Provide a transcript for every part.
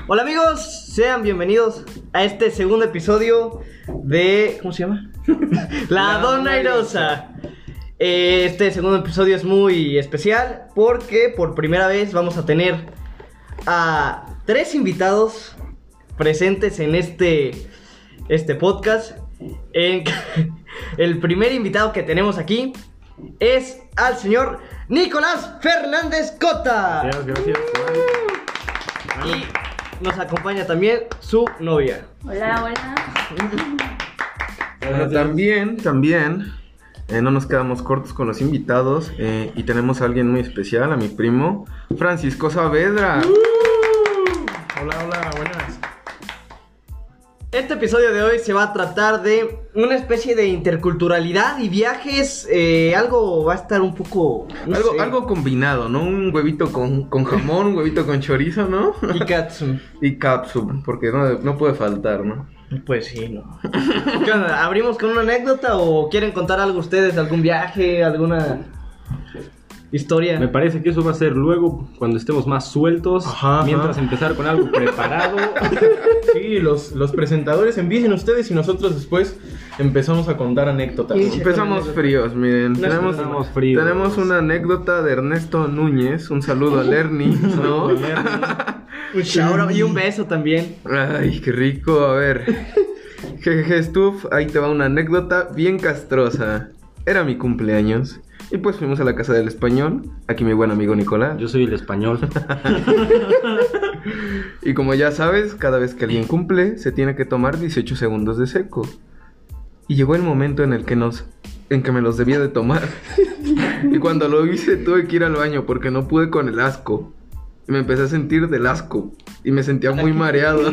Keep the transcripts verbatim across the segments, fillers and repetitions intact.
Hola amigos, sean bienvenidos a este segundo episodio de... ¿Cómo se llama? La, La Dona Airosa. Este segundo episodio es muy especial porque por primera vez vamos a tener a tres invitados presentes en este, este podcast. En, el primer invitado que tenemos aquí es al señor Nicolás Fernández Cota. Gracias, gracias. Y nos acompaña también su novia. Hola, hola. Bueno, también, también eh, no nos quedamos cortos con los invitados eh, y tenemos a alguien muy especial, a mi primo Francisco Saavedra. Uh, hola, hola, buenas. Este episodio de hoy se va a tratar de una especie de interculturalidad y viajes. eh, Algo va a estar un poco... No algo, sé. algo combinado, ¿no? Un huevito con, con jamón, un huevito con chorizo, ¿no? Y katsu. Y capsule, porque no, no puede faltar, ¿no? Pues sí, no. ¿Qué onda? ¿Abrimos con una anécdota o quieren contar algo ustedes? ¿Algún viaje? ¿Alguna historia? Me parece que eso va a ser luego, cuando estemos más sueltos, Ajá, mientras ajá. empezar con algo preparado. Sí, los, los presentadores empiecen ustedes y nosotros después empezamos a contar anécdotas. Y- Empezamos fríos, miren. No tenemos, estamos fríos. tenemos una anécdota de Ernesto Núñez. Un saludo a Lerny, ¿no? Un shout y un beso también. Ay, qué rico. A ver. Jejeje, Stuf, ahí te va una anécdota bien castrosa. Era mi cumpleaños. Y pues fuimos a la casa del español. Aquí mi buen amigo Nicolás. Yo soy el español. Y como ya sabes, cada vez que alguien cumple, se tiene que tomar dieciocho segundos de seco. Y llegó el momento en el que nos... en que me los debía de tomar. Y cuando lo hice, tuve que ir al baño porque no pude con el asco. Y me empecé a sentir del asco. Y me sentía muy mareado.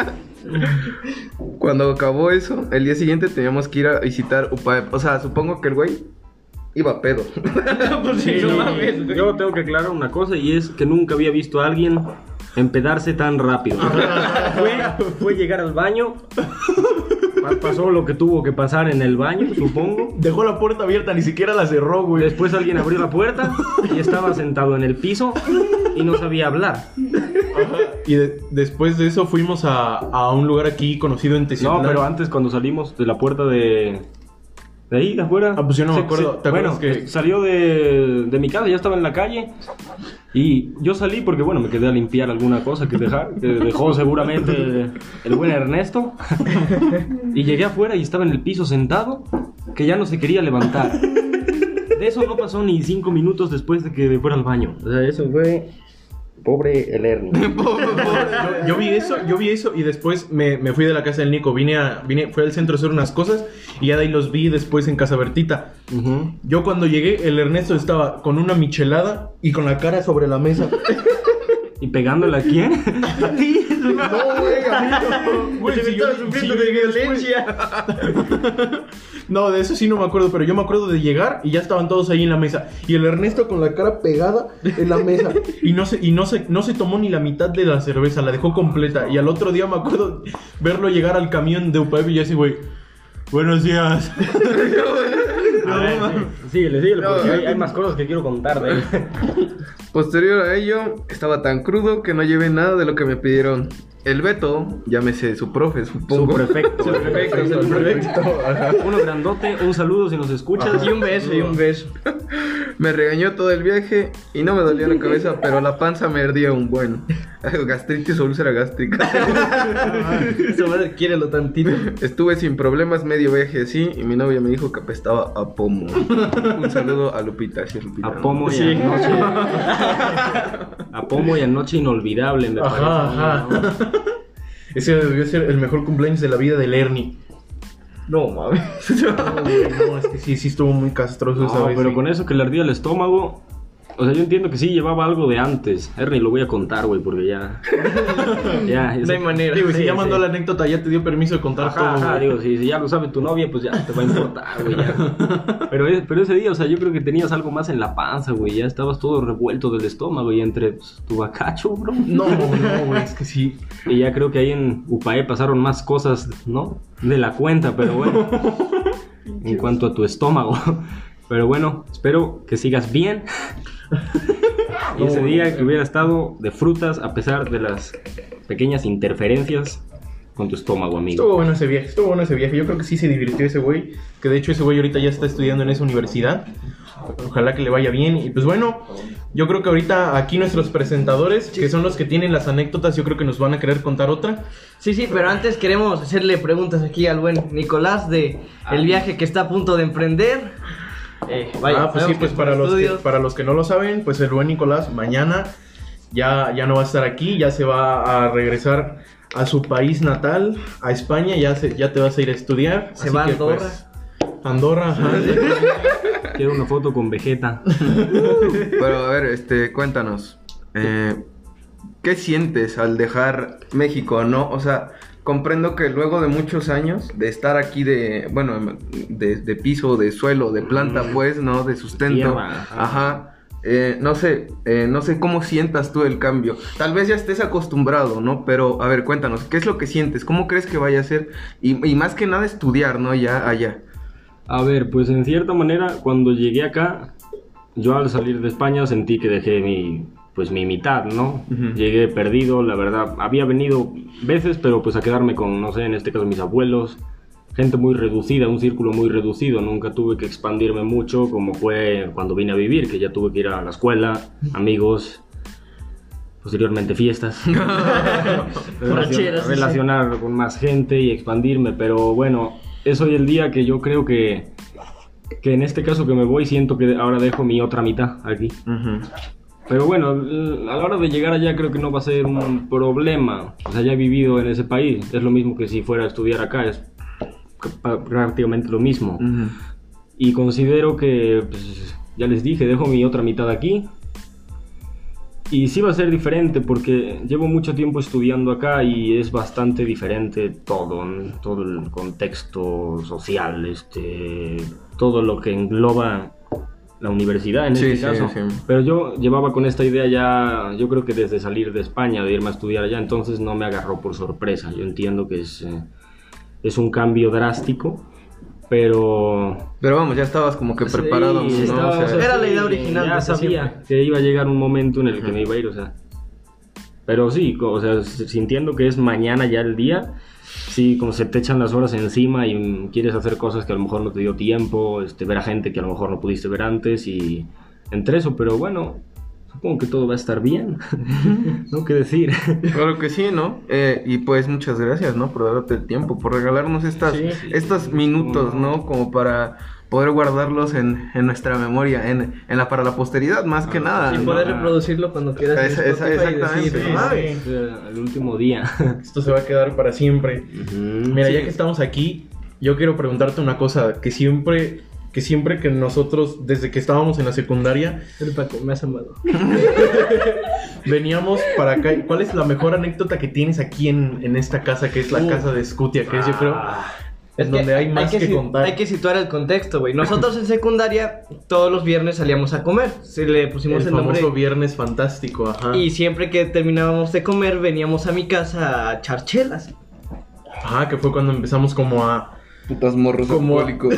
Cuando acabó eso, el día siguiente teníamos que ir a visitar Upae. O sea, supongo que el güey iba pedo. Pues sí, no mames, güey. Yo tengo que aclarar una cosa y es que nunca había visto a alguien empedarse tan rápido. fue, fue llegar al baño, pa- pasó lo que tuvo que pasar en el baño, supongo. Dejó la puerta abierta, ni siquiera la cerró, güey. Después alguien abrió la puerta y estaba sentado en el piso y no sabía hablar. Y de- después de eso fuimos a, a un lugar aquí conocido en Teciutlán. No, pero antes cuando salimos de la puerta de... De ahí, de afuera. Ah, pues yo no me acuerdo. ¿Te bueno, acuerdas que- salió de, de mi casa, ya estaba en la calle. Y yo salí porque, bueno, me quedé a limpiar alguna cosa que dejar. Que dejó seguramente el, el buen Ernesto. Y llegué afuera y estaba en el piso sentado, que ya no se quería levantar. De eso no pasó ni cinco minutos después de que fuera al baño. O sea, eso fue... Pobre el Ernie. Yo, yo vi eso, yo vi eso y después me, me fui de la casa del Nico. Vine a, vine, fui al centro a hacer unas cosas y ya de ahí los vi después en Casa Bertita. Uh-huh. Yo cuando llegué, el Ernesto estaba con una michelada y con la cara sobre la mesa. ¿Y pegándole a quién? A ti. No, güey, a mí no. Güey, si yo, si yo llegué después. No, de eso sí no me acuerdo, pero yo me acuerdo de llegar y ya estaban todos ahí en la mesa. Y el Ernesto con la cara pegada en la mesa. Y no se, y no se, no se tomó ni la mitad de la cerveza, la dejó completa. Y al otro día me acuerdo verlo llegar al camión de Upaepi y así, güey. Buenos días. A ver, sí, síguele, síguele, No, porque hay, no. hay más cosas que quiero contar de él. Posterior a ello, estaba tan crudo que no llevé nada de lo que me pidieron. El Beto, llámese su profe, Su supongo. prefecto. Su prefecto, Es el perfecto. Ajá. Uno grandote, un saludo si nos escuchas. Y un beso, y un beso. Me regañó todo el viaje y no me dolía la cabeza, pero la panza me ardía un buen. Gastritis o úlcera gástrica. Esa madre, quiérelo tantito. Estuve sin problemas medio viaje así y mi novia me dijo que apestaba a pomo. Un saludo a Lupita, sí, Lupita. A ¿no? pomo y Sí. a noche. A pomo y a noche inolvidable, me parece. Ajá, ajá. Ese debió ser el mejor cumpleaños de la vida del Ernie. No mames. No, güey, no, es que sí, sí estuvo muy castroso esa No, vez. pero sí. con eso que le ardía el estómago. O sea, yo entiendo que sí llevaba algo de antes. Ernie, lo voy a contar, güey, porque ya. ya, ya No hay manera. Digo, y si Sí, ya mandó sí. la anécdota, ya te dio permiso de contar Ajá, todo. ajá, güey. digo, si, si ya lo sabe tu novia, pues ya te va a importar, güey. ya. Pero, es- pero ese día, o sea, yo creo que tenías algo más en la panza, güey. Ya estabas todo revuelto del estómago y entre pues, tu bacacho, bro. No, no, güey, es que sí. Y ya creo que ahí en Upae pasaron más cosas, ¿no? De la cuenta, pero bueno. En cuanto a tu estómago. Pero bueno, espero que sigas bien. Y ese día que hubiera estado de frutas a pesar de las pequeñas interferencias con tu estómago, amigo. Estuvo bueno ese viaje, estuvo bueno ese viaje. Yo creo que sí se divirtió ese güey. Que de hecho ese güey ahorita ya está estudiando en esa universidad. Ojalá que le vaya bien. Y pues bueno, yo creo que ahorita aquí nuestros presentadores, que son los que tienen las anécdotas, yo creo que nos van a querer contar otra. Sí, sí, pero antes queremos hacerle preguntas aquí al buen Nicolás de el viaje que está a punto de emprender. Eh, vaya, ah, pues sí, pues para los, que, para los que no lo saben, pues el buen Nicolás mañana ya, ya no va a estar aquí, ya se va a regresar a su país natal, a España, ya, se, ya te vas a ir a estudiar. Se va a Andorra. Pues, Andorra, ajá. Quiero una foto con Vegeta. Pero a ver, este, cuéntanos, eh, ¿qué sientes al dejar México, no? O sea, comprendo que luego de muchos años de estar aquí de, bueno, de, de piso, de suelo, de planta, mm. pues, ¿no? De sustento. Tierra, ajá. ajá. Eh, no sé, eh, no sé cómo sientas tú el cambio. Tal vez ya estés acostumbrado, ¿no? Pero, a ver, cuéntanos, ¿qué es lo que sientes? ¿Cómo crees que vaya a ser? Y, y más que nada estudiar, ¿no? Ya allá. A ver, pues en cierta manera, cuando llegué acá, yo al salir de España sentí que dejé mi, pues mi mitad, ¿no? Uh-huh. Llegué perdido, la verdad. Había venido veces, pero pues a quedarme con, no sé, en este caso mis abuelos. Gente muy reducida, un círculo muy reducido. Nunca tuve que expandirme mucho como fue cuando vine a vivir, que ya tuve que ir a la escuela, amigos, posteriormente fiestas. Relacion- relacionar con más gente y expandirme, pero bueno, es hoy el día que yo creo que, que en este caso que me voy, siento que ahora dejo mi otra mitad aquí. Uh-huh. Pero bueno, a la hora de llegar allá creo que no va a ser un problema. O sea, ya he vivido en ese país. Es lo mismo que si fuera a estudiar acá, es prácticamente lo mismo. Uh-huh. Y considero que, pues, ya les dije, dejo mi otra mitad aquí. Y sí va a ser diferente porque llevo mucho tiempo estudiando acá y es bastante diferente todo, ¿no? Todo el contexto social, este, todo lo que engloba la universidad en sí, este sí, caso. Sí. Pero yo llevaba con esta idea ya, yo creo que desde salir de España, de irme a estudiar allá, entonces no me agarró por sorpresa. Yo entiendo que es, eh, es un cambio drástico. Pero... Pero vamos, ya estabas como que sí, preparado, ¿no? Estaba, o sea, era la idea original. Ya sabía siempre. Que iba a llegar un momento en el que uh-huh. me iba a ir, o sea... Pero sí, o sea, sintiendo que es mañana ya el día, sí, como se te echan las horas encima y quieres hacer cosas que a lo mejor no te dio tiempo, este, ver a gente que a lo mejor no pudiste ver antes y... Entre eso, pero bueno... Supongo que todo va a estar bien, no qué decir. Claro que sí, ¿no? Eh, y pues muchas gracias, ¿no? Por darte el tiempo, por regalarnos estas, sí, sí, estos sí, minutos, ¿no? Como para poder guardarlos en, en nuestra memoria, en, en la para la posteridad, más ah, que nada. Y ¿no? poder reproducirlo cuando quieras. Es, esa, exactamente. Decir, sí, sí. El último día. Esto se va a quedar para siempre. Uh-huh. Mira, sí. Ya que estamos aquí, yo quiero preguntarte una cosa que siempre... Que siempre que nosotros, desde que estábamos en la secundaria... Paco, me has amado. Veníamos para acá. ¿Cuál es la mejor anécdota que tienes aquí en, en esta casa? Que es la uh, casa de Scutia, que ah, es yo creo... Es donde hay más hay que, que contar. Hay que situar el contexto, güey. Nosotros en secundaria, todos los viernes salíamos a comer. Se le pusimos el, el nombre. El famoso viernes fantástico, ajá. Y siempre que terminábamos de comer, veníamos a mi casa a echar chelas. Ajá, que fue cuando empezamos como a... Putas morros alcohólicos.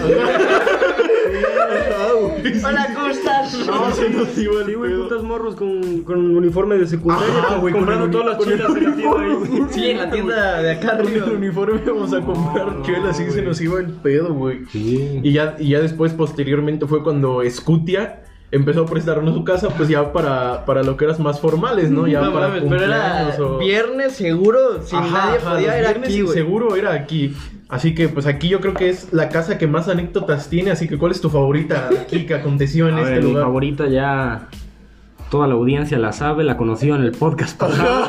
Hola, ¿cómo estás? No, se nos iba el sí, güey, putas morros con, con uniforme de secundaria. Ah, güey, comprando uni- todas las chelas en la tienda ahí, güey. Sí, en la tienda de acá arriba. Con el uniforme íbamos a comprar no, chelas y se nos iba el pedo, güey. Sí. Y ya, y ya después, posteriormente, fue cuando Scutia empezó a prestarnos su casa, pues ya para, para lo que eras más formales, ¿no? Ya no, para mames, pero era o... viernes seguro, sin ajá, nadie ajá, podía, era aquí, güey. Seguro era aquí. Así que, pues aquí yo creo que es la casa que más anécdotas tiene. Así que, ¿cuál es tu favorita aquí que aconteció en a este ver, lugar? Mi favorita ya toda la audiencia la sabe, la conoció en el podcast pasado.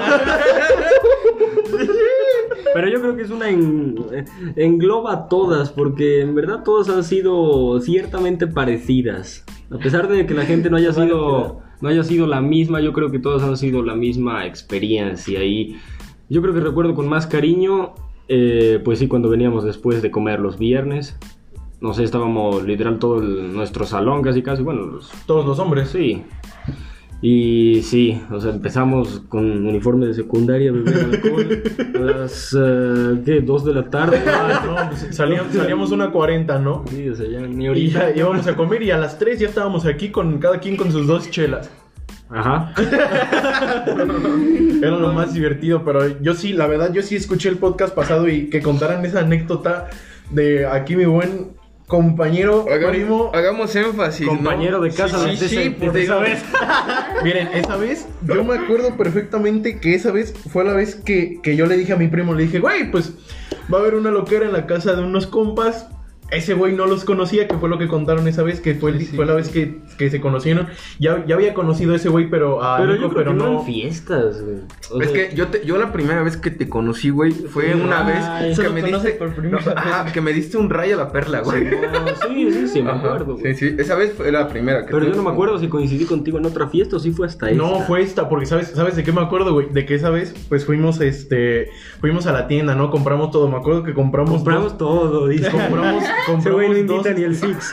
Pero yo creo que es una en, engloba todas, porque en verdad todas han sido ciertamente parecidas. A pesar de que la gente no haya sido no haya sido la misma, yo creo que todas han sido la misma experiencia. Y yo creo que recuerdo con más cariño, eh, pues sí, cuando veníamos después de comer los viernes. No sé, estábamos literal todo el, nuestro salón casi casi, bueno, los, todos los hombres. Sí. Y sí, o sea, empezamos con uniforme de secundaria, beber alcohol a las, uh, ¿qué? dos de la tarde. Ah, no, pues salíamos, salíamos una cuarenta, ¿no? Sí, o sea, ya ni ahorita. Y ya íbamos a comer y a las tres ya estábamos aquí con cada quien con sus dos chelas. Ajá. Era lo más divertido, pero yo sí, la verdad, yo sí escuché el podcast pasado y que contaran esa anécdota de aquí mi buen compañero, Hagamos, primo. hagamos énfasis, Compañero ¿no? de casa Sí, de sí, ese- sí, de pues, esa digo, vez. Miren, esa vez, yo me acuerdo perfectamente que esa vez fue la vez que, que yo le dije a mi primo, le dije, güey, pues va a haber una loquera en la casa de unos compas. Ese güey no los conocía, que fue lo que contaron esa vez, que fue, el- Sí, fue la sí. vez que, que se conocieron. Ya, ya había conocido a ese güey, pero a Pero Nico, yo creo pero que no no. en fiestas, güey. O Es sea, que yo, te, yo la primera vez que te conocí, güey, fue Sí, una ay, vez se que lo me conoce diste... por primera no, ajá, que me diste un rayo a la perla, güey. no, sí, sí, sí, me Ajá, acuerdo, güey. Sí, sí, esa vez fue la primera que Pero yo te- no me acuerdo si coincidí contigo en otra fiesta o si fue hasta esta. No, fue esta, porque ¿sabes, ¿sabes de qué me acuerdo, güey? De que esa vez, pues fuimos, este, fuimos a la tienda, ¿no? Compramos todo, me acuerdo que compramos... Compramos todo, dos- dice. compramos, Ese güey no compramos invita dos... ni el Six.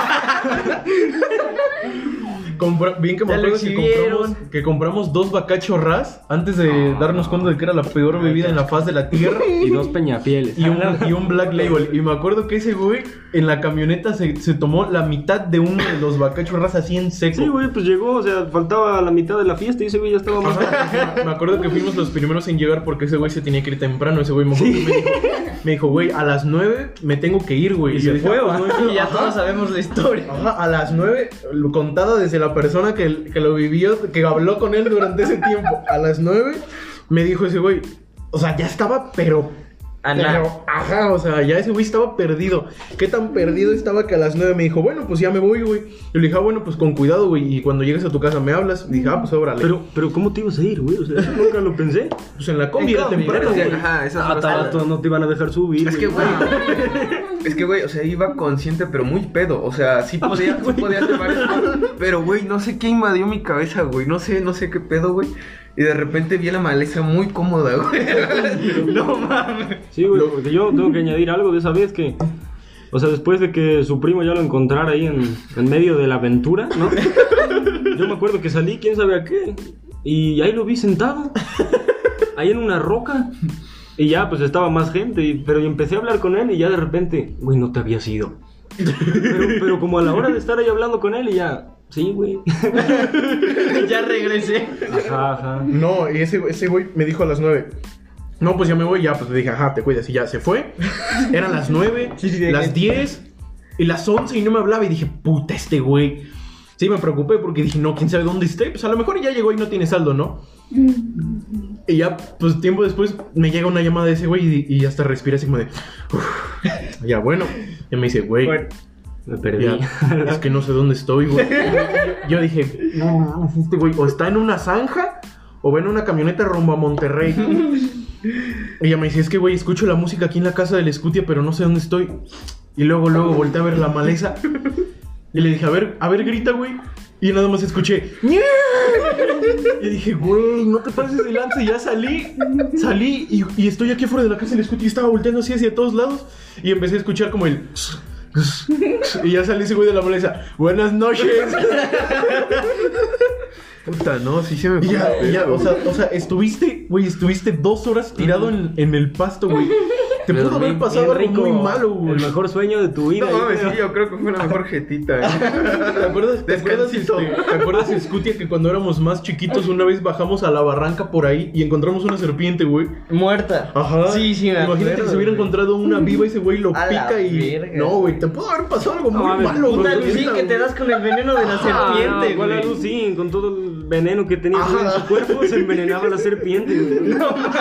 compra- bien que me Ya lo acuerdo que exhibieron. compramos, que compramos dos bacachos ras antes de darnos cuenta de que era la peor bebida en la faz de la tierra. Y dos peñafieles. Y un, y un Black Label. Y me acuerdo que ese güey en la camioneta se, se tomó la mitad de uno de los bacachos ras así en seco. Sí, güey, pues llegó, o sea, faltaba la mitad de la fiesta y ese güey ya estaba más... Ajá, me acuerdo que fuimos los primeros en llegar porque ese güey se tenía que ir temprano. Ese güey me, acuerdo que me dijo, me dijo, güey, a las nueve me tengo que ir, güey. Y yo se dije, fue, "Ah, ¿va?" pues, no hay- Y ya Ajá. todos sabemos la historia. Ajá, a las nueve, lo contado desde la persona que, que lo vivió, que habló con él durante ese tiempo. A las nueve me dijo ese güey, o sea, ya estaba, pero... A nada. pero, ajá, o sea, ya ese güey estaba perdido. ¿Qué tan perdido estaba que a las nueve me dijo, bueno, pues ya me voy, güey? Yo le dije, ah, bueno, pues con cuidado, güey, y cuando llegues a tu casa me hablas. Dije, ah, pues órale. Pero, pero, ¿cómo te ibas a ir, güey? O sea, eso nunca lo pensé. Pues en la combi En era combi, temprano, Es que, güey. ajá, esas Ah, horas- tanto, no te iban a dejar subir. Es que, güey, es que, güey, o sea, iba consciente, pero muy pedo. O sea, sí podía, sí podía hacer varias cosas. Pero, güey, no sé qué invadió mi cabeza, güey. No sé, no sé qué pedo, güey. Y de repente vi a la maleza muy cómoda, güey. No mames. Sí, güey, porque yo tengo que añadir algo de esa vez que... O sea, después de que su primo ya lo encontrara ahí en, en medio de la aventura, ¿no? Yo me acuerdo que salí, quién sabe a qué. Y ahí lo vi sentado. Ahí en una roca. Y ya, pues estaba más gente. y- pero yo empecé a hablar con él y ya de repente... Güey, no te habías ido. Pero, pero como a la hora de estar ahí hablando con él y ya... Sí, güey. Ya regresé. Ajá, ajá. No, y ese, ese güey me dijo a las nueve. No, pues ya me voy, ya, pues le dije, ajá, te cuidas. Y ya se fue. Eran las nueve, Sí, sí, de las que- diez y las once y no me hablaba. Y dije, puta, este güey. Sí, me preocupé porque dije, no, quién sabe dónde esté. Pues a lo mejor ya llegó y no tiene saldo, ¿no? Y ya, pues tiempo después me llega una llamada de ese güey y, y hasta respira así como de. "Uf". Ya, bueno. Y me dice, güey. Bueno. Me perdí. Ya, es que no sé dónde estoy, güey. Yo, yo dije, no mames, este güey o está en una zanja o va en una camioneta rumbo a Monterrey. Y ella me dice, es que, güey, escucho la música aquí en la casa del Scutia, pero no sé dónde estoy. Y luego, luego volteé a ver la maleza. Y le dije, a ver, a ver, grita, güey. Y nada más escuché, "Ñe". Y dije, güey, no te pases de lanza. Y ya salí, salí y, y estoy aquí afuera de la casa del Scutia y estaba volteando así hacia todos lados. Y empecé a escuchar como el... Y ya salí ese güey de la maleza. Buenas noches. Puta, no, sí se me Y fue. ya, el y ya, pedo, o sea, o sea, estuviste, güey, estuviste dos horas tirado en, en el pasto, güey. Te Me pudo dormí haber pasado bien algo rico. muy malo, güey. El mejor sueño de tu vida. No mames, yo sí, creo. yo creo que fue la mejor jetita, eh. ¿Te acuerdas, te acuerdas, Descansito. este, ¿te acuerdas, Scutia, que cuando éramos más chiquitos una vez bajamos a la barranca por ahí y encontramos una serpiente, güey? Muerta. Ajá. Sí, sí, me Imagínate acuerdo, que se hubiera güey. encontrado una viva y ese güey lo A la pica y... verga. No, güey, te pudo haber pasado algo No muy mames, malo, Una güey. lucín que te das con el veneno de la Ah, serpiente, ¿cuál güey. alucín? Con todo el veneno que tenía güey, en Ajá. su cuerpo se envenenaba la serpiente. güey.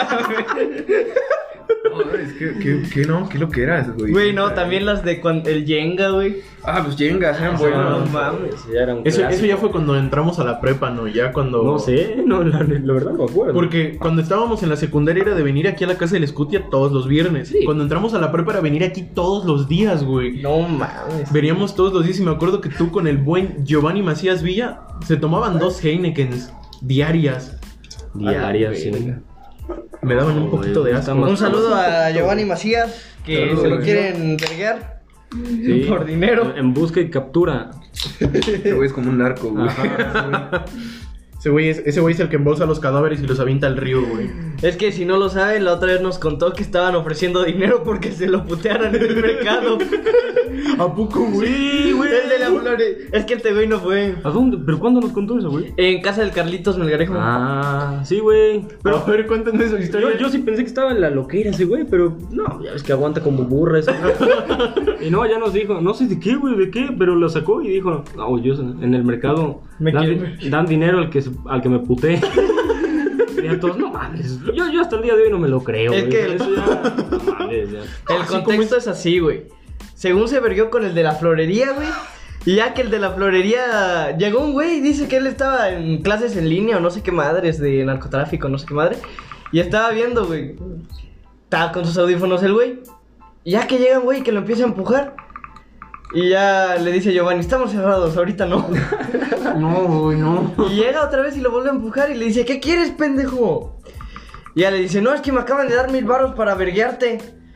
No, es que, que, que no, que lo que eras, güey. Güey, no, también las de cuando el Jenga, güey. Ah, pues Jengas eran No buenos. mames. Ya era un Eso, eso clásico. ya fue cuando entramos a la prepa, ¿no? Ya cuando... No sé, no, la, la verdad no me acuerdo. Porque cuando estábamos en la secundaria era de venir aquí a la casa del Scutia todos los viernes. Sí. Cuando entramos a la prepa era venir aquí todos los días, güey. No mames. Veríamos todos los días y me acuerdo que tú con el buen Giovanni Macías Villa se tomaban dos Heinekens diarias. Diaria, A la sí. verga. Me daban No, un poquito güey, de está asco. más- Un saludo a Giovanni Macías, que Saludos, se lo güey. quieren verguear Sí. por dinero. En busca y captura. Este güey es como un narco, güey. Ajá. Ese güey es, ese güey es el que embolsa los cadáveres y los avienta al río, güey. Es que si no lo saben, la otra vez nos contó que estaban ofreciendo dinero porque se lo putearan en el mercado. ¿A poco, güey? Sí, güey. El de la flore. Es que este güey no fue. ¿A dónde? ¿Pero cuándo nos contó eso, güey? En casa del Carlitos Melgarejo. Ah, sí, güey. Pero a ver, cuéntanos esa historia. Yo, yo sí pensé que estaba en la loquera ese güey, pero no, ya ves que aguanta como burra ese. Y no, ya nos dijo, no sé de qué, güey, de qué, pero lo sacó y dijo, no, yo en el mercado Me dan, quiero- dan dinero al que, se- al que me puté. Y a todos, no mames, yo, yo hasta el día de hoy no me lo creo, Es güey. que- Eso ya, no mames, ya. El Así contexto es así, güey. Según se verguió con el de la florería, güey. Y ya que el de la florería llegó un güey y dice que él estaba en clases en línea o no sé qué madres de narcotráfico, no sé qué madre. Y estaba viendo, güey. Estaba con sus audífonos el güey. Y ya que llega un güey que lo empieza a empujar. Y ya le dice Giovanni, estamos cerrados, ahorita no. No, güey, no. Y llega otra vez y lo vuelve a empujar y le dice, ¿qué quieres, pendejo? Y ya le dice, no, es que me acaban de dar mil baros para verguearte.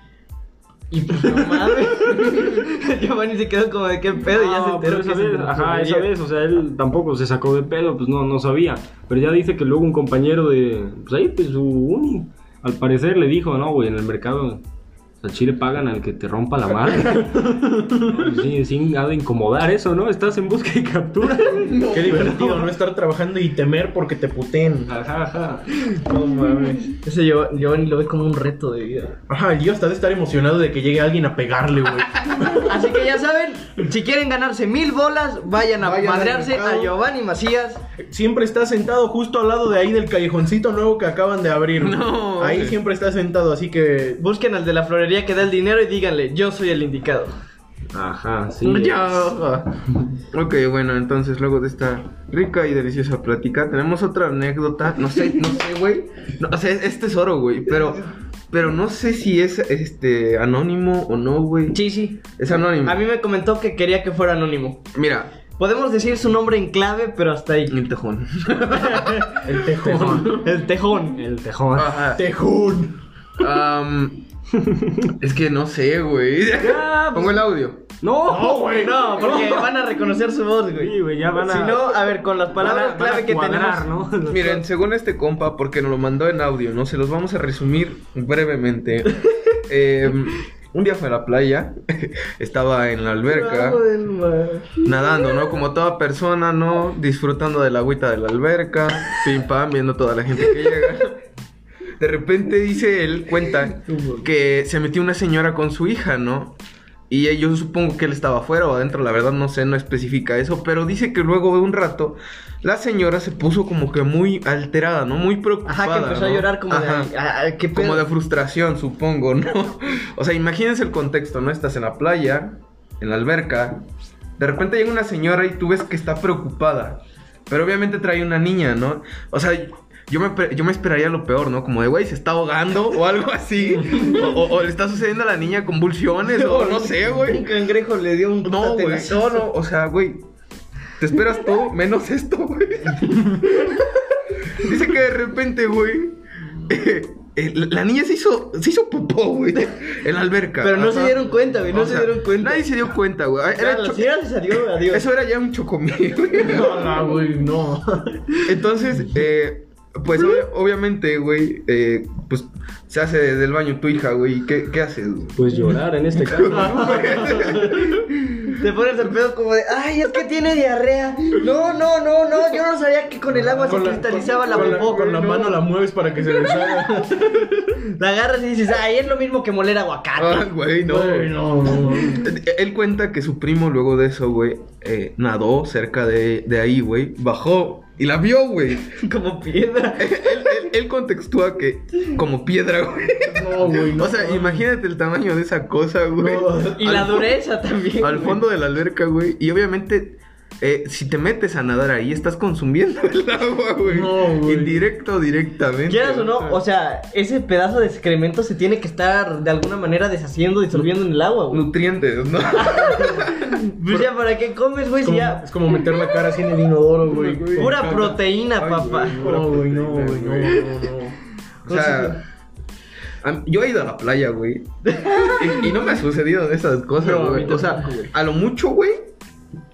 Y pues no mames. Giovanni se quedó como de qué pedo y ya se No, enteró pero que esa se vez, lo ajá, esa florería. vez, o sea, él tampoco se sacó de pedo, pues no, no sabía. Pero ya dice que luego un compañero de, pues ahí, pues su uni, al parecer le dijo, no, güey, en el mercado, al chile pagan al que te rompa la madre. Sí, sí, ha de incomodar eso, ¿no? Estás en busca y captura. Qué divertido no estar trabajando y temer porque te puteen. Ajá, ajá. No mames. Ese Gio- Giovanni lo ve como un reto de vida. Ajá, el Gio está de estar emocionado de que llegue alguien a pegarle, güey. Así que ya saben, si quieren ganarse mil bolas, vayan a Vayan al madrearse a mercado. Giovanni Macías. Siempre está sentado justo al lado de ahí del callejoncito nuevo que acaban de abrir. No, Ahí güey. siempre está sentado, así que... Busquen al de la florería que da el dinero y díganle, yo soy el indicado. Ajá, sí. Ya. Ok, bueno, entonces luego de esta rica y deliciosa plática, tenemos otra anécdota. No sé, no sé, güey. No, o sea, es, es tesoro, güey. Pero, pero no sé si es este anónimo o no, güey. Sí, sí. Es anónimo. A mí me comentó que quería que fuera anónimo. Mira, Podemos decir su nombre en clave, pero hasta ahí. el tejón. El tejón. El tejón. El tejón. Ajá. Tejón. Am, es que no sé, güey. Ya, Pongo el audio. No, No, güey, No, porque van a reconocer su voz, Sí, güey. güey, ya van a. Si no, a ver, con las palabras van a- van a clave que cuadrar, tenemos. ¿no? Miren, según este compa, porque nos lo mandó en audio, ¿no? Se los vamos a resumir brevemente. Eh, un día fue a la playa, estaba en la alberca, Bravo del mar. nadando, ¿no? Como toda persona, ¿no? Disfrutando de la agüita de la alberca, pim pam, viendo toda la gente que llega. De repente dice él, cuenta, que se metió una señora con su hija, ¿no? Y yo supongo que él estaba afuera o adentro, la verdad no sé, no especifica eso, pero dice que luego de un rato la señora se puso como que muy alterada, ¿no? Muy preocupada. Ajá, que empezó ¿no? a llorar como Ajá. de... ah, ah, ¿qué pedo? Como de frustración, supongo, ¿no? O sea, imagínense el contexto, ¿no? Estás en la playa, en la alberca, de repente llega una señora y tú ves que está preocupada, pero obviamente trae una niña, ¿no? O sea, yo me, pre- yo me esperaría lo peor, ¿no? Como de, güey, se está ahogando o algo así, o, o- o le está sucediendo a la niña convulsiones, o no sé, Un güey. cangrejo le dio un No, güey, tatelazo. no, no, o sea, güey, te esperas todo menos esto, güey. Dice que de repente, güey, eh, eh, la la niña se hizo, se hizo popó, güey, en la alberca. Pero no Ajá. se dieron cuenta, güey, no O se sea, dieron cuenta. Nadie se dio cuenta, güey. Era Era la cho- señora se salió, adiós. Eso era ya un chocomil, güey. No, no, güey, no. Entonces, eh, pues ob- obviamente, güey, eh, pues se hace del baño tu hija, güey. ¿y ¿Qué, qué haces, güey? Pues llorar en este caso. Te pones el pedo como de, ay, es que tiene diarrea. No, no, no, no, yo no sabía que con el agua se cristalizaba la con popó. Con la No. mano la mueves para que se deshaga. La agarras y dices, ay, es lo mismo que moler aguacate. Ah, güey, no. Güey, no, no. Eh, Él cuenta que su primo, luego de eso, güey, eh, nadó cerca de, de ahí, güey. Bajó y la vio, güey. Como piedra. Él, él- él contextúa que como piedra, güey. No, güey, no. O sea, imagínate el tamaño de esa cosa, güey. No. Y la Al- dureza también. Al fondo de la alberca, güey. Y obviamente, eh, si te metes a nadar ahí, estás consumiendo el agua, güey. No, güey. Indirecto o directamente. Quieras o no, sea, o sea, ese pedazo de excremento se tiene que estar de alguna manera deshaciendo, disolviendo en el agua, güey. Nutrientes, ¿no? Pues ya, ¿para qué comes, güey? Es Si como, ya. es como meter la cara así en el inodoro, güey. Pura proteína, Ay, papá. güey, No, güey, no, güey, no, no, no. O sea, a- yo he ido a la playa, güey. Y, y no me ha sucedido de esas cosas, No, a mí güey. O sea, tampoco, güey. a lo mucho, güey.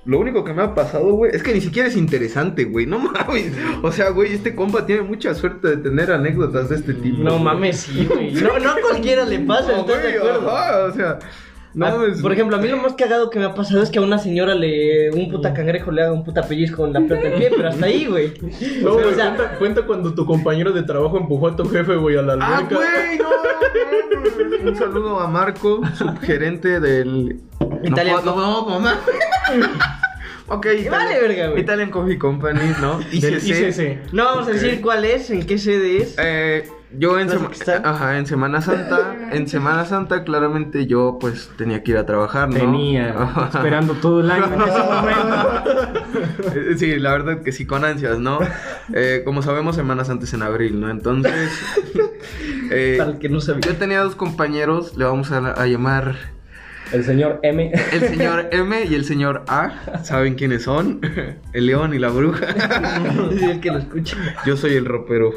lo único que me ha pasado, güey, es que ni siquiera es interesante, güey. No mames. O sea, güey, este compa tiene mucha suerte de tener anécdotas de este tipo. No güey. mames, sí, güey. No, no a cualquiera le pasa, No, ¿estás de güey, acuerdo? ajá, o sea, no Ah, mames. por ejemplo, a mí lo más cagado que me ha pasado es que a una señora le un puta cangrejo le haga un puta pellizco en la planta del pie, pero hasta ahí, güey. No, O güey, sea, cuenta, cuenta cuando tu compañero de trabajo empujó a tu jefe, güey, a la Ah, alberca. güey, no, no. Un saludo a Marco, subgerente del Italian No, no, no, mamá. Ok, Vale, verga, güey. Italian Coffee Company, ¿no? Del I C C. no vamos a decir cuál es, en qué sede es. Eh, yo en, ¿Vas a sema- contestar? ajá, en Semana Santa, en Semana Santa claramente yo pues tenía que ir a trabajar, ¿no? Tenía, Ajá. esperando todo el año en ese momento. Eh, Sí, la verdad que sí, con ansias, ¿no? Eh, como sabemos, Semana Santa es en abril, ¿no? Entonces, eh, Para el que no sabía. yo tenía dos compañeros, le vamos a, a llamar El señor M. el señor M y el señor A. ¿Saben quiénes son? El león y la bruja. Sí, el que lo escucha. Yo soy el ropero.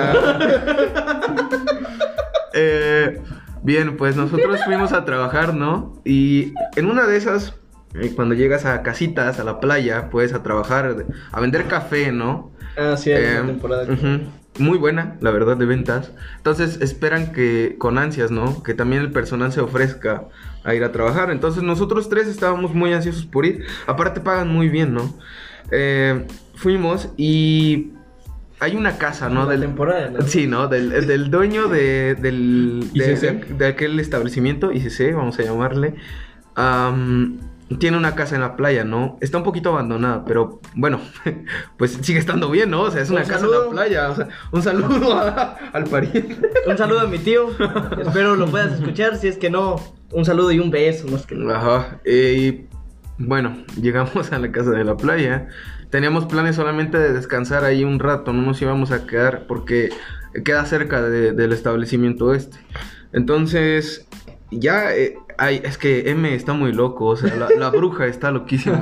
Eh, bien, pues nosotros fuimos a trabajar, ¿no? Y en una de esas, eh, cuando llegas a casitas, a la playa, puedes a trabajar, a vender café, ¿no? Ah, sí, hay Eh, una temporada. que- ujú. Muy buena, la verdad, de ventas. Entonces esperan que, con ansias, ¿no? Que también el personal se ofrezca a ir a trabajar. Entonces nosotros tres estábamos muy ansiosos por ir. Aparte pagan muy bien, ¿no? Eh, fuimos y hay una casa, ¿no? La Del, temporada, ¿no? Sí, ¿no? Del, del dueño de, del, de, I C C. de- de aquel establecimiento, I C C, vamos a llamarle. Am, tiene una casa en la playa, ¿no? Está un poquito abandonada, pero bueno, pues sigue estando bien, ¿no? O sea, es una Un casa saludo. en la playa. O sea, un saludo a- al pariente. Un saludo a mi tío. Espero lo puedas escuchar. Si es que no, un saludo y un beso, más que nada. Ajá. eh, y bueno, llegamos a la casa de la playa. Teníamos planes solamente de descansar ahí un rato, no nos íbamos a quedar porque queda cerca de- del establecimiento este. Entonces, ya, eh, ay, es que M está muy loco, o sea, la, la bruja está loquísima.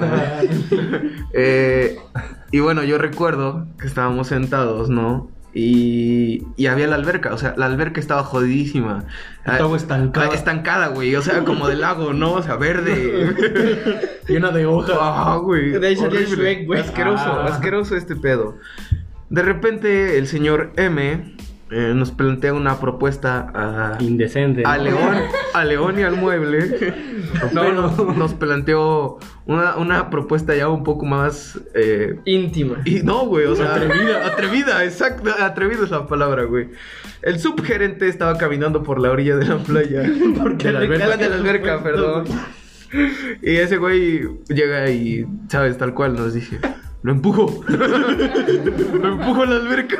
Eh, y bueno, yo recuerdo que estábamos sentados, ¿no? Y, y había la alberca, o sea, la alberca estaba jodidísima. Estaba estancada. Ah, estancada, güey, o sea, como del lago, ¿no? O sea, verde. Llena de hojas. Ah, güey. De ahí salió el horrible. Shrek, güey. Asqueroso, Ah. asqueroso este pedo. De repente, el señor M eh, nos plantea una propuesta a, Indecente. a ¿no? León, a León y al mueble. No, no, nos planteó una, una propuesta ya un poco más. eh, Íntima. y no, güey, o sea, Atrevida. atrevida, exacto, atrevida es la palabra, güey. El subgerente estaba caminando por la orilla de la playa. Porque de la le alberca, carga de la su alberca, puesto, perdón. Y ese güey llega y, ¿sabes? Tal cual nos dice, lo empujo. Lo empujo a la alberca.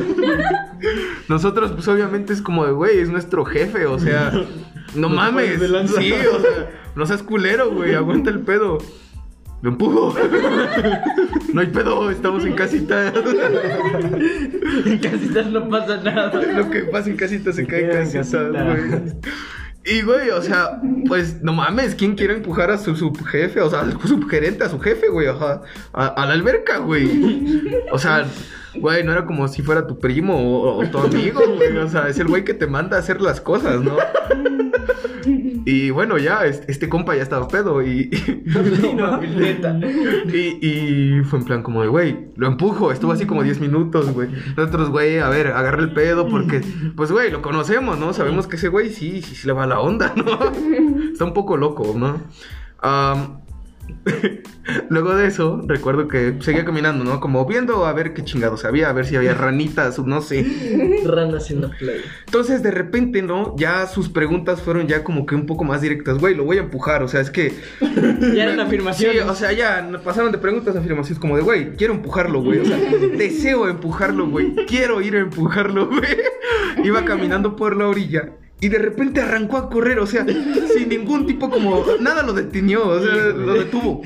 Nosotros, pues obviamente es como de, güey, es nuestro jefe, o sea, no No te mames. pases de lanza. Sí, o sea, no seas culero, güey, aguanta el pedo. Lo empujo. No hay pedo, estamos en casita. En casitas no pasa nada. Lo que pasa en casita se cae en queda en casita, casita. güey. Y, güey, o sea, pues, no mames, ¿quién quiere empujar a su subjefe? O sea, al subgerente, a su jefe, güey, ajá, a, a la alberca, güey. O sea, güey, no era como si fuera tu primo o, o tu amigo, güey. O sea, es el güey que te manda a hacer las cosas, ¿no? Y bueno, ya, este, este compa ya estaba pedo y... Sí, no, neta. Y, y fue en plan como de, güey, lo empujo. Estuvo así como diez minutos, güey. Nosotros, güey, a ver, agarra el pedo porque, pues, güey, lo conocemos, ¿no? Sabemos que ese güey sí, sí, sí le va la onda, ¿no? Está un poco loco, ¿no? Am, luego de eso, recuerdo que seguía caminando, ¿no? Como viendo a ver qué chingados había, a ver si había ranitas, no sé. Ranas en la playa. Entonces, de repente, ¿no? Ya sus preguntas fueron ya como que un poco más directas. Güey, lo voy a empujar, o sea, es que... Ya eran afirmaciones. Sí, o sea, ya nos pasaron de preguntas a afirmaciones como de, güey, quiero empujarlo, güey. O sea, deseo empujarlo, güey. Quiero ir a empujarlo, güey. Iba caminando por la orilla y de repente arrancó a correr, o sea, sin ningún tipo como... Nada lo detenió, o sea, lo detuvo.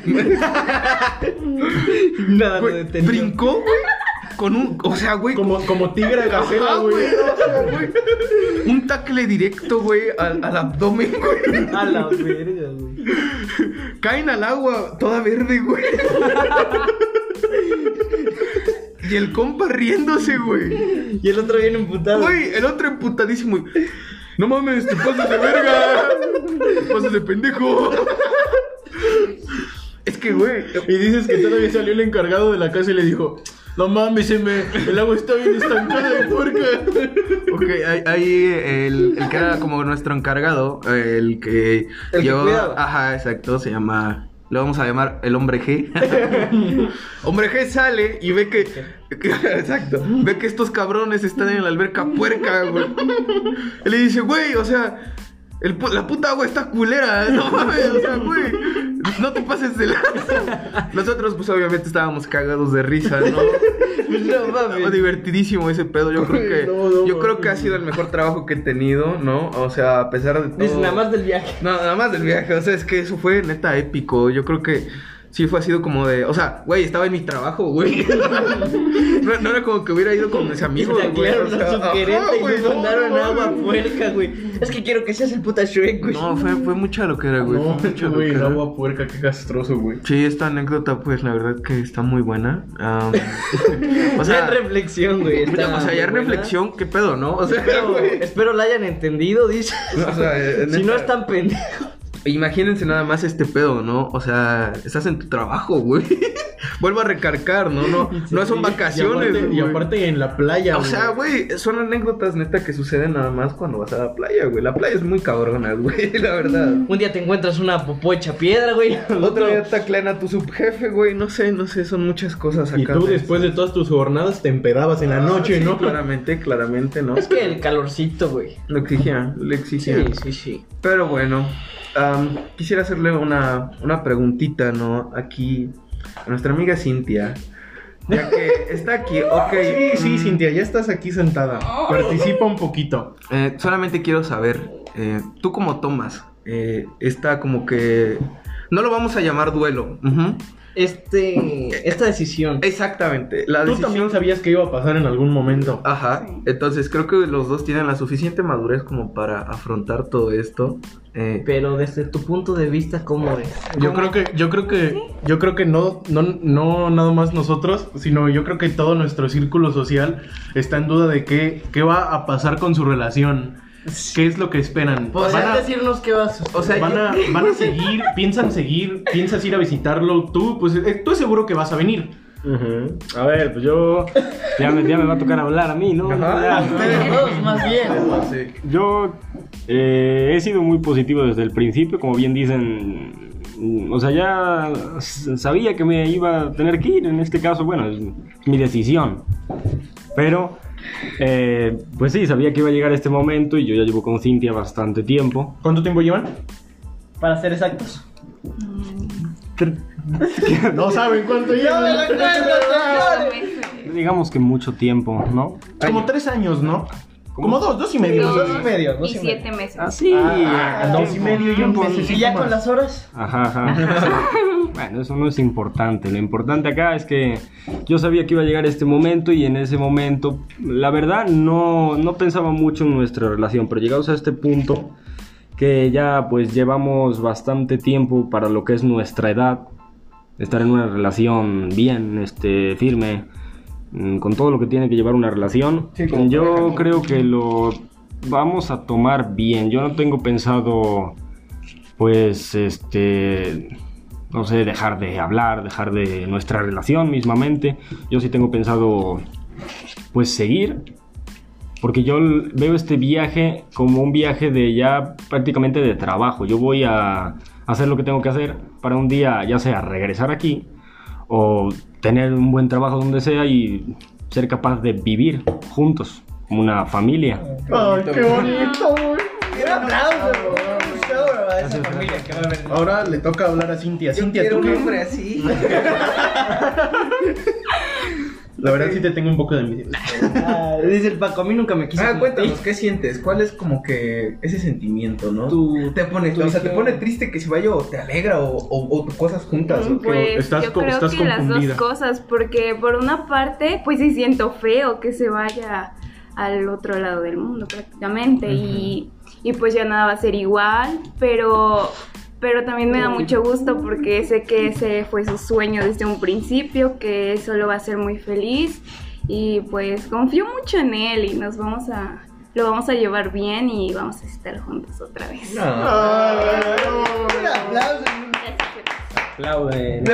Nada lo Güey, detenió. brincó, güey, con un... O sea, güey... Como, como tigre gacela, Ajá, güey. o sea, güey, un tackle directo, güey, al, al abdomen, güey. A la verga, güey. Caen al agua toda verde, güey. Y el compa riéndose, güey. Y el otro viene emputado. Güey, el otro emputadísimo. y, No mames, te pasas de verga. Te pasas de pendejo. Es que, güey. Y dices que todavía salió el encargado de la casa y le dijo: no mames, se me, el agua está bien estancada de puerca. Ok, ahí, ahí el, el que era como nuestro encargado, el que El que yo, cuidaba. ajá, exacto, se llama, le vamos a llamar el hombre G. Hombre G sale y ve que, que- exacto, ve que estos cabrones están en la alberca puerca, güey. Y le dice, güey, o sea, el pu- la puta agua está culera, no mames, o sea, güey, no te pases de lanza. Nosotros, pues, obviamente estábamos cagados de risa, ¿no? No mames. Estaba divertidísimo ese pedo. Yo creo que No, no, yo creo mames. que ha sido el mejor trabajo que he tenido, ¿no? O sea, a pesar de todo. Dice nada más del viaje. No, nada más del viaje. O sea, es que eso fue neta épico. Yo creo que sí fue así como de, o sea, güey, estaba en mi trabajo, güey. No, no era como que hubiera ido con mis amigos, Se güey. taclearon O sea, a su ajá, gerente güey, y no, nos mandaron no, agua no. puerca, güey. Es que quiero que seas el puta Shrek, güey. No, fue, fue mucha lo que era, güey. No, fue mucha güey, el loquera. agua puerca, qué castroso, güey. Sí, esta anécdota, pues, la verdad que está muy buena. Am, o O sea, sea, en reflexión, güey. está o sea, ya muy en buena. reflexión, ¿qué pedo, no? O sea, Espero, güey. espero la hayan entendido, dice. O sea, eh, Si no neta. están pendejos. Imagínense nada más este pedo, ¿no? O sea, estás en tu trabajo, güey. Vuelvo a recargar, ¿no? No, no son vacaciones, Y aparte, y güey. aparte en la playa, O sea, güey, son anécdotas neta que suceden nada más cuando vas a la playa, güey. La playa es muy cabrona, güey, la verdad. Un día te encuentras una popó hecha piedra, güey. El Otro otro día taclean a tu subjefe, güey. No sé, no sé, son muchas cosas acá. Y tú después de todas tus jornadas te empedabas en la noche, Ah, sí, ¿no? Claramente, claramente, ¿no? Es que el calorcito, güey. Lo exigía, le exigía. Sí, sí, sí. Pero bueno, am, quisiera hacerle una, una preguntita, ¿no? Aquí a nuestra amiga Cintia. Ya que está aquí, ok. Sí, sí, mm, Cintia, ya estás aquí sentada. Participa un poquito. eh, solamente quiero saber, eh, ¿tú cómo tomas? Eh, esta como que... No lo vamos a llamar duelo. Ujú. Este, esta decisión. Exactamente. La Tú decisión... también sabías que iba a pasar en algún momento. Ajá, entonces creo que los dos tienen la suficiente madurez como para afrontar todo esto. Eh, Pero desde tu punto de vista, ¿cómo es? Yo creo que, yo creo que, yo creo que no, no, no nada más nosotros, sino yo creo que todo nuestro círculo social está en duda de qué, qué va a pasar con su relación. ¿Qué es lo que esperan? ¿Podrías Van a, decirnos qué vas a O sea, van a, van a seguir, piensan seguir, piensas ir a visitarlo. Tú, pues, eh, tú es seguro que vas a venir. Ujú. A ver, pues yo. Ya me, ya me va a tocar hablar a mí, ¿no? Ajá. Ya. ustedes dos, más bien. sí. Yo eh, he sido muy positivo desde el principio, como bien dicen. mm, O sea, ya s- sabía que me iba a tener que ir. En este caso, bueno, es mi decisión. Pero, eh, pues sí, sabía que iba a llegar este momento y yo ya llevo con Cintia bastante tiempo. ¿Cuánto tiempo llevan? Para ser exactos. No saben cuánto llevan. Digamos que mucho tiempo, ¿no? Como tres años, ¿no? Como dos, dos y medio. Dos y medio, dos Y y medio. siete meses. Así. Ah, dos y medio y un mes. ¿Y ya con las horas? Ajá, ajá. Bueno, eso no es importante. Lo importante acá es que yo sabía que iba a llegar este momento y en ese momento, la verdad, no, no pensaba mucho en nuestra relación, pero llegados a este punto, que ya pues llevamos bastante tiempo para lo que es nuestra edad, estar en una relación bien, este, firme, mm, con todo lo que tiene que llevar una relación, Sí, como yo pareja. creo que lo vamos a tomar bien. Yo no tengo pensado, pues, este, no sé, dejar de hablar, dejar de nuestra relación mismamente. Yo sí tengo pensado, pues, seguir, porque yo l- veo este viaje como un viaje de ya prácticamente de trabajo. Yo voy a hacer lo que tengo que hacer para un día, ya sea regresar aquí o tener un buen trabajo donde sea y ser capaz de vivir juntos como una familia. Ay, qué bonito, güey. Un aplauso, un show a esa familia que va a venir. Ahora le toca hablar a Cintia. Cintia, ¿tú qué? así. La verdad sí te tengo un poco de envidia. Ah, dice el Paco, a mí nunca me quiso. Ah, cuéntanos, ¿qué sientes? ¿Cuál es como que ese sentimiento, no? Tu- te pone, tu o sea, te visión. pone triste que se vaya o te alegra o, o, o cosas juntas. ¿o qué? Pues Estás yo co- creo estás que las confundida. dos cosas, porque por una parte, pues sí siento feo que se vaya al otro lado del mundo prácticamente y, y pues ya nada va a ser igual, pero, pero también me da mucho gusto porque sé que ese fue su sueño desde un principio, que eso lo va a hacer muy feliz y pues confío mucho en él y nos vamos a, lo vamos a llevar bien y vamos a estar juntos otra vez. No. Un aplauso. Aplauden.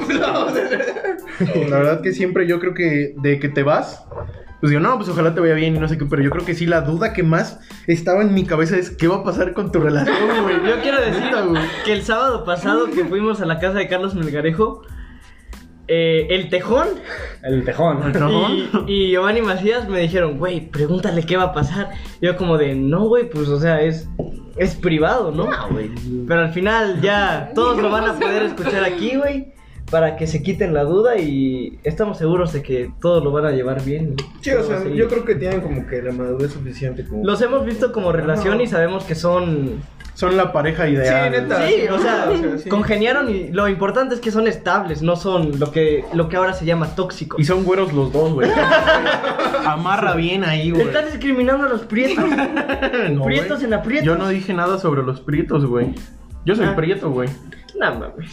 La verdad que siempre yo creo que de que te vas, pues digo, no, pues ojalá te vaya bien y no sé qué, pero yo creo que sí, la duda que más estaba en mi cabeza es ¿qué va a pasar con tu relación, güey? Yo quiero decir que el sábado pasado que fuimos a la casa de Carlos Melgarejo, eh, el Tejón El tejón. y, y Giovanni Macías me dijeron, güey, pregúntale qué va a pasar. Yo como de, no, güey, pues o sea, es, es privado, ¿no? Pero al final ya todos lo van a poder escuchar aquí, güey, para que se quiten la duda y estamos seguros de que todos lo van a llevar bien. Sí, o sea, Así. yo creo que tienen como que la madurez suficiente como... Los hemos visto como relación y sabemos que son... Son la pareja ideal. Sí, neta. Sí, o sea, O sea, sí. congeniaron y lo importante es que son estables, no son lo que, lo que ahora se llama tóxicos. Y son güeros los dos, güey. Amarra bien ahí, güey. Estás discriminando a los prietos. No, Prietos güey. en aprietos. Yo no dije nada sobre los prietos, güey. Yo soy Ah. prieto, güey. No mames.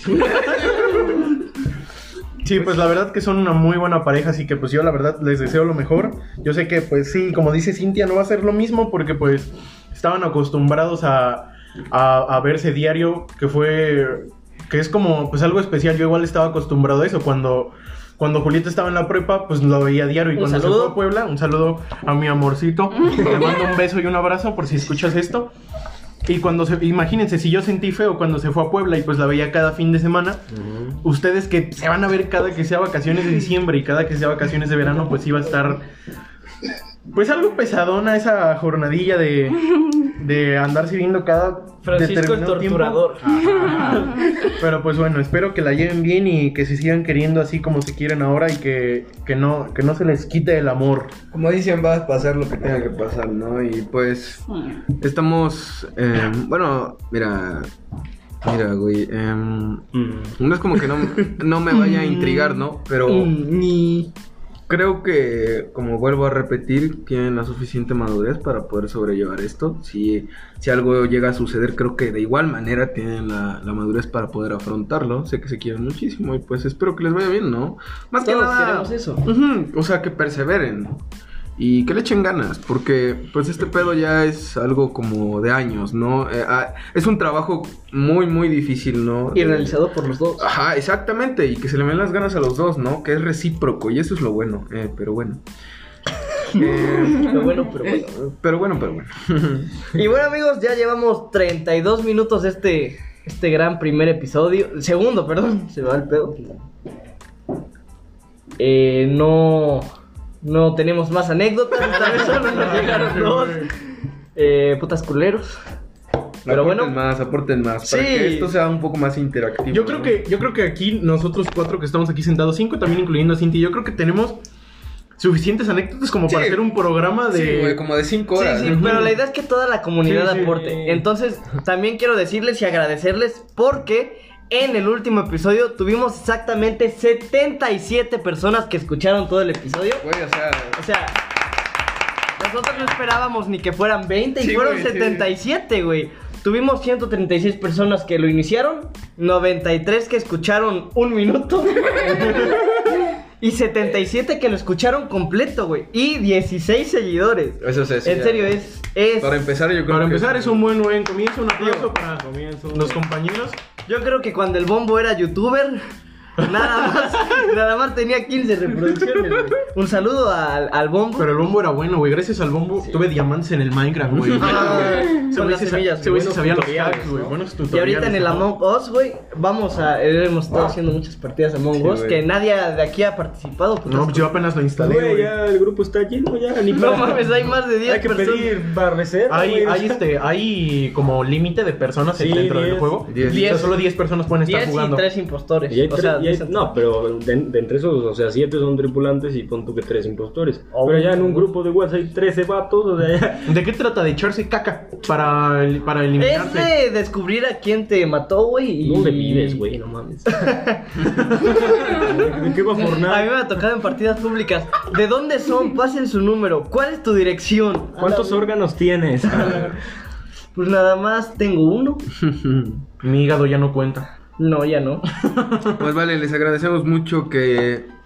Sí, pues la verdad que son una muy buena pareja, así que pues yo la verdad les deseo lo mejor. Yo sé que pues sí, como dice Cintia, no va a ser lo mismo porque pues estaban acostumbrados a, a, a verse diario, que fue, que es como pues algo especial. Yo igual estaba acostumbrado a eso cuando... Cuando Julieta estaba en la prepa, pues lo veía diario. Y Un cuando saludo. se fue a Puebla, un saludo a mi amorcito. Le mando un beso y un abrazo por si escuchas esto. Y cuando se, imagínense, si yo sentí feo cuando se fue a Puebla y pues la veía cada fin de semana, uh-huh. Ustedes que se van a ver cada que sea vacaciones de diciembre y cada que sea vacaciones de verano, pues iba a estar pues algo pesadona esa jornadilla de, de andarse viendo cada Francisco el determinado torturador. tiempo. Pero pues bueno, espero que la lleven bien y que se sigan queriendo así como se quieren ahora y que, que, no, que no se les quite el amor. Como dicen, va a pasar lo que tenga que pasar, ¿no? Y pues estamos, eh, bueno, mira, mira, güey, eh, mm. no es como que no, no me vaya a intrigar, ¿no? Pero Ni... creo que, como vuelvo a repetir, tienen la suficiente madurez para poder sobrellevar esto. Si, si algo llega a suceder, creo que de igual manera tienen la, la madurez para poder afrontarlo. Sé que se quieren muchísimo y pues espero que les vaya bien, ¿no? Más Todos que nada, queremos eso. Uh-huh, o sea, que perseveren y que le echen ganas, porque pues este pedo ya es algo como de años, ¿no? Eh, ah, es un trabajo muy, muy difícil, ¿no? Y realizado por los dos. Ajá, exactamente, y que se le den las ganas a los dos, ¿no? Que es recíproco, y eso es lo bueno, eh, pero bueno. eh, Pero bueno, pero bueno. pero bueno, pero bueno. Y bueno, amigos, ya llevamos treinta y dos minutos de este, este gran primer episodio. Segundo, perdón, se me va el pedo. Eh, no... No tenemos más anécdotas, esta vez solo nos llegaron dos. Eh, putas culeros. Pero aporten bueno. más, aporten más, para Sí. que esto sea un poco más interactivo. Yo creo ¿no? que, yo creo que aquí nosotros cuatro que estamos aquí sentados, cinco también incluyendo a Cintia, yo creo que tenemos suficientes anécdotas como para Sí. hacer un programa de... Sí, güey, como de cinco Sí, horas. sí, ¿no? pero la idea es que toda la comunidad Sí, sí. aporte. Entonces, también quiero decirles y agradecerles porque en el último episodio tuvimos exactamente setenta y siete personas que escucharon todo el episodio. Güey, o sea... O sea, nosotros no esperábamos ni que fueran veinte y Sí, fueron güey, sí. setenta y siete, güey. Tuvimos ciento treinta y seis personas que lo iniciaron, noventa y tres que escucharon un minuto y setenta y siete que lo escucharon completo, güey. Y dieciséis seguidores. Eso es eso. En ya. serio, es... es... Para empezar, yo creo Para que... empezar es un buen buen comienzo, un aplauso Digo, para comienzo. los compañeros. Yo creo que cuando el Bombo era youtuber, nada más, nada más tenía quince reproducciones, güey. Un saludo al, al Bombo. Pero el bombo era bueno, güey. Gracias al bombo tuve diamantes en el Minecraft, güey. Ah, Se con güey las se sa- semillas, se güey se buenos sabía los tutoriales, hacks, güey. ¿no? Buenos Y tutoriales. ahorita en el ¿no? Among Us, güey, vamos a... Hemos estado haciendo muchas partidas de Among Sí, Us güey. que nadie de aquí ha participado. putas. No, pues yo apenas lo instalé, Güey, güey. ya el grupo está lleno, ya ni No para- mames, hay más de diez Hay que personas. pedir para reserva, Hay, güey, o hay, sea. este, hay como límite de personas Sí, dentro del diez. juego. Diez. O sea, solo diez personas pueden estar diez y jugando. tres impostores. Y hay o tres- sea, y hay- dicen- no, pero de, de entre esos, o sea, siete son tripulantes y pon tú que tres impostores. Oh. Pero ya en un grupo de WhatsApp hay trece vatos, o sea, ya... ¿De qué trata? De echarse caca para, el- para Es eliminarse. de descubrir a quién te mató, güey. y- ¿Dónde vives, güey? No mames. ¿De qué va a A mí fornar? me ha tocado en partidas públicas. ¿De dónde son? Pasen su número. ¿Cuál es tu dirección? ¿Cuántos órganos tienes? Pues nada más tengo uno. Mi hígado ya no cuenta. No, ya no. Pues vale, les agradecemos mucho que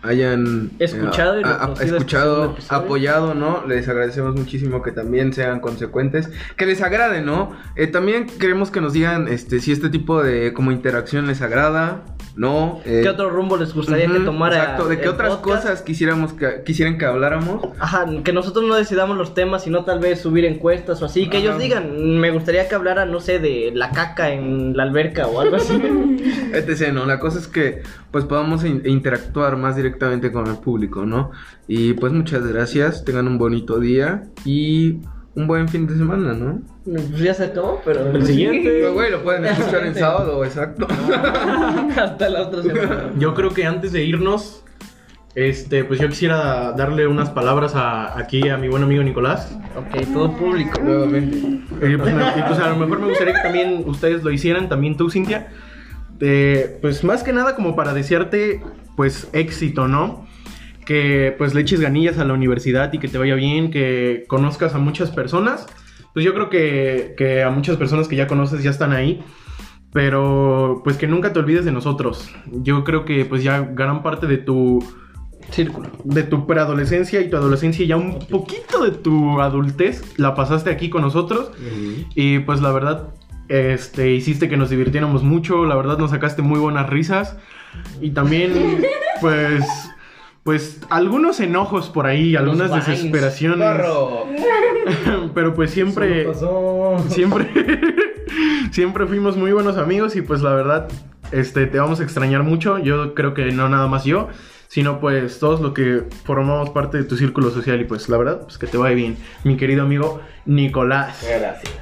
hayan Escuchado y eh, a- a- reconocido este escuchado, segundo episodio. apoyado, ¿no? Les agradecemos muchísimo que también sean consecuentes, que les agrade, ¿no? Eh, también queremos que nos digan este si este tipo de como interacción les agrada, ¿no? Eh, ¿Qué otro rumbo les gustaría ujú, que tomara? Exacto, de qué el otras podcast? cosas quisiéramos que quisieran que habláramos. Ajá, que nosotros no decidamos los temas, sino tal vez subir encuestas o así. Que Ajá. ellos digan, me gustaría que hablaran, no sé, de la caca en la alberca o algo así. etc, ¿no? La cosa es que pues podamos in- interactuar más directamente con el público, ¿no? Y pues muchas gracias, tengan un bonito día y un buen fin de semana, ¿no? Pues ya se acabó, pero... El siguiente. Pero güey, lo pueden El escuchar en siguiente. sábado, exacto. Hasta la otra semana. Yo creo que antes de irnos, este, pues yo quisiera darle unas palabras a, aquí a mi buen amigo Nicolás. Ok, todo público. Nuevamente. Eh, pues, me- y, pues, a lo mejor me gustaría que también ustedes lo hicieran, también tú, Cintia. Eh, pues más que nada como para desearte, pues, éxito, ¿no? Que pues le eches ganillas a la universidad y que te vaya bien, que conozcas a muchas personas. Pues yo creo que, que a muchas personas que ya conoces ya están ahí. Pero pues que nunca te olvides de nosotros. Yo creo que pues ya gran parte de tu... Círculo. de tu preadolescencia y tu adolescencia y ya un poquito de tu adultez la pasaste aquí con nosotros y pues la verdad este hiciste que nos divirtiéramos mucho, la verdad nos sacaste muy buenas risas y también pues pues algunos enojos por ahí, algunas vines. desesperaciones, Corro. pero pues siempre siempre siempre fuimos muy buenos amigos y pues la verdad este te vamos a extrañar mucho. Yo creo que no nada más yo, sino pues todos los que formamos parte de tu círculo social y pues la verdad, pues que te vaya bien, mi querido amigo Nicolás. Gracias.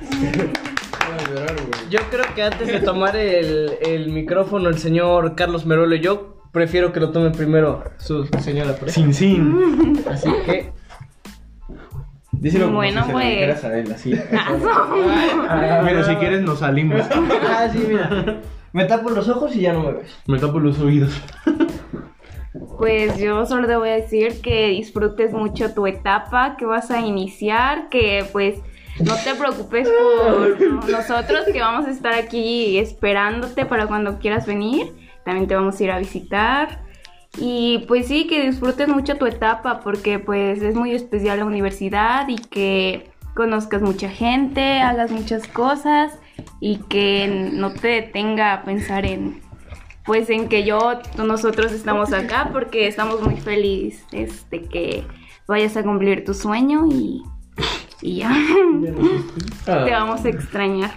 Yo creo que antes de tomar el, el micrófono el señor Carlos Merolo y yo, prefiero que lo tome primero su señora Pre. Sin sin. Así que... Díselo como Bueno, si se lo pues. dijeras a él, así. Pero si quieres nos salimos. Ah, sí, mira. Me tapo los ojos y ya no me ves. Me tapo los oídos. Pues yo solo te voy a decir que disfrutes mucho tu etapa que vas a iniciar, que pues no te preocupes por nosotros, que vamos a estar aquí esperándote para cuando quieras venir. También te vamos a ir a visitar. Y pues sí, que disfrutes mucho tu etapa porque pues es muy especial la universidad y que conozcas mucha gente, hagas muchas cosas y que no te detenga a pensar en pues en que yo, nosotros estamos acá porque estamos muy felices de que vayas a cumplir tu sueño y, y ya, te vamos a extrañar.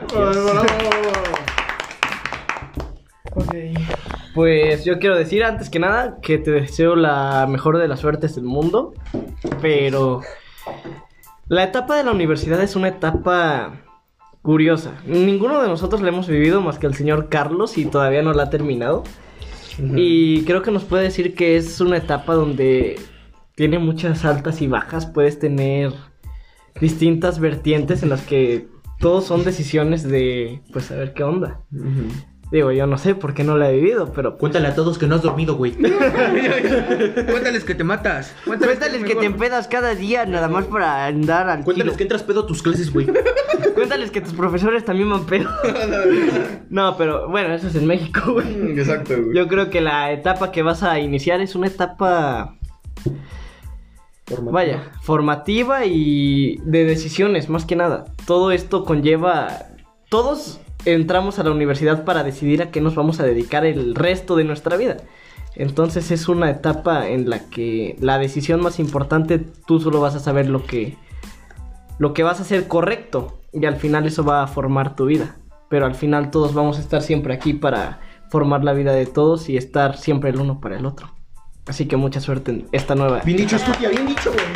Pues yo quiero decir antes que nada que te deseo la mejor de las suertes del mundo, pero la etapa de la universidad es una etapa curiosa. Ninguno de nosotros la hemos vivido más que el señor Carlos y todavía no la ha terminado. Uh-huh. Y creo que nos puede decir que es una etapa donde tiene muchas altas y bajas, puedes tener distintas vertientes en las que todos son decisiones de pues saber qué onda. Uh-huh. Digo, yo no sé por qué no la he vivido, pero... Cuéntale a todos que no has dormido, güey. Cuéntales que te matas. Cuéntales, Cuéntales que, que te empedas cada día nada más para andar al Cuéntales tiro. que entras pedo a tus clases, güey. Cuéntales que tus profesores también van pedo. No, pero bueno, eso es en México, güey. Exacto, güey. Yo creo que la etapa que vas a iniciar es una etapa... Formativa. Vaya, formativa y de decisiones, más que nada. Todo esto conlleva... Todos... entramos a la universidad para decidir a qué nos vamos a dedicar el resto de nuestra vida. Entonces es una etapa en la que la decisión más importante, tú solo vas a saber lo que lo que vas a hacer correcto y al final eso va a formar tu vida. Pero al final todos vamos a estar siempre aquí para formar la vida de todos y estar siempre el uno para el otro. Así que mucha suerte en esta nueva. Bien dicho, Stutia, bien dicho, güey.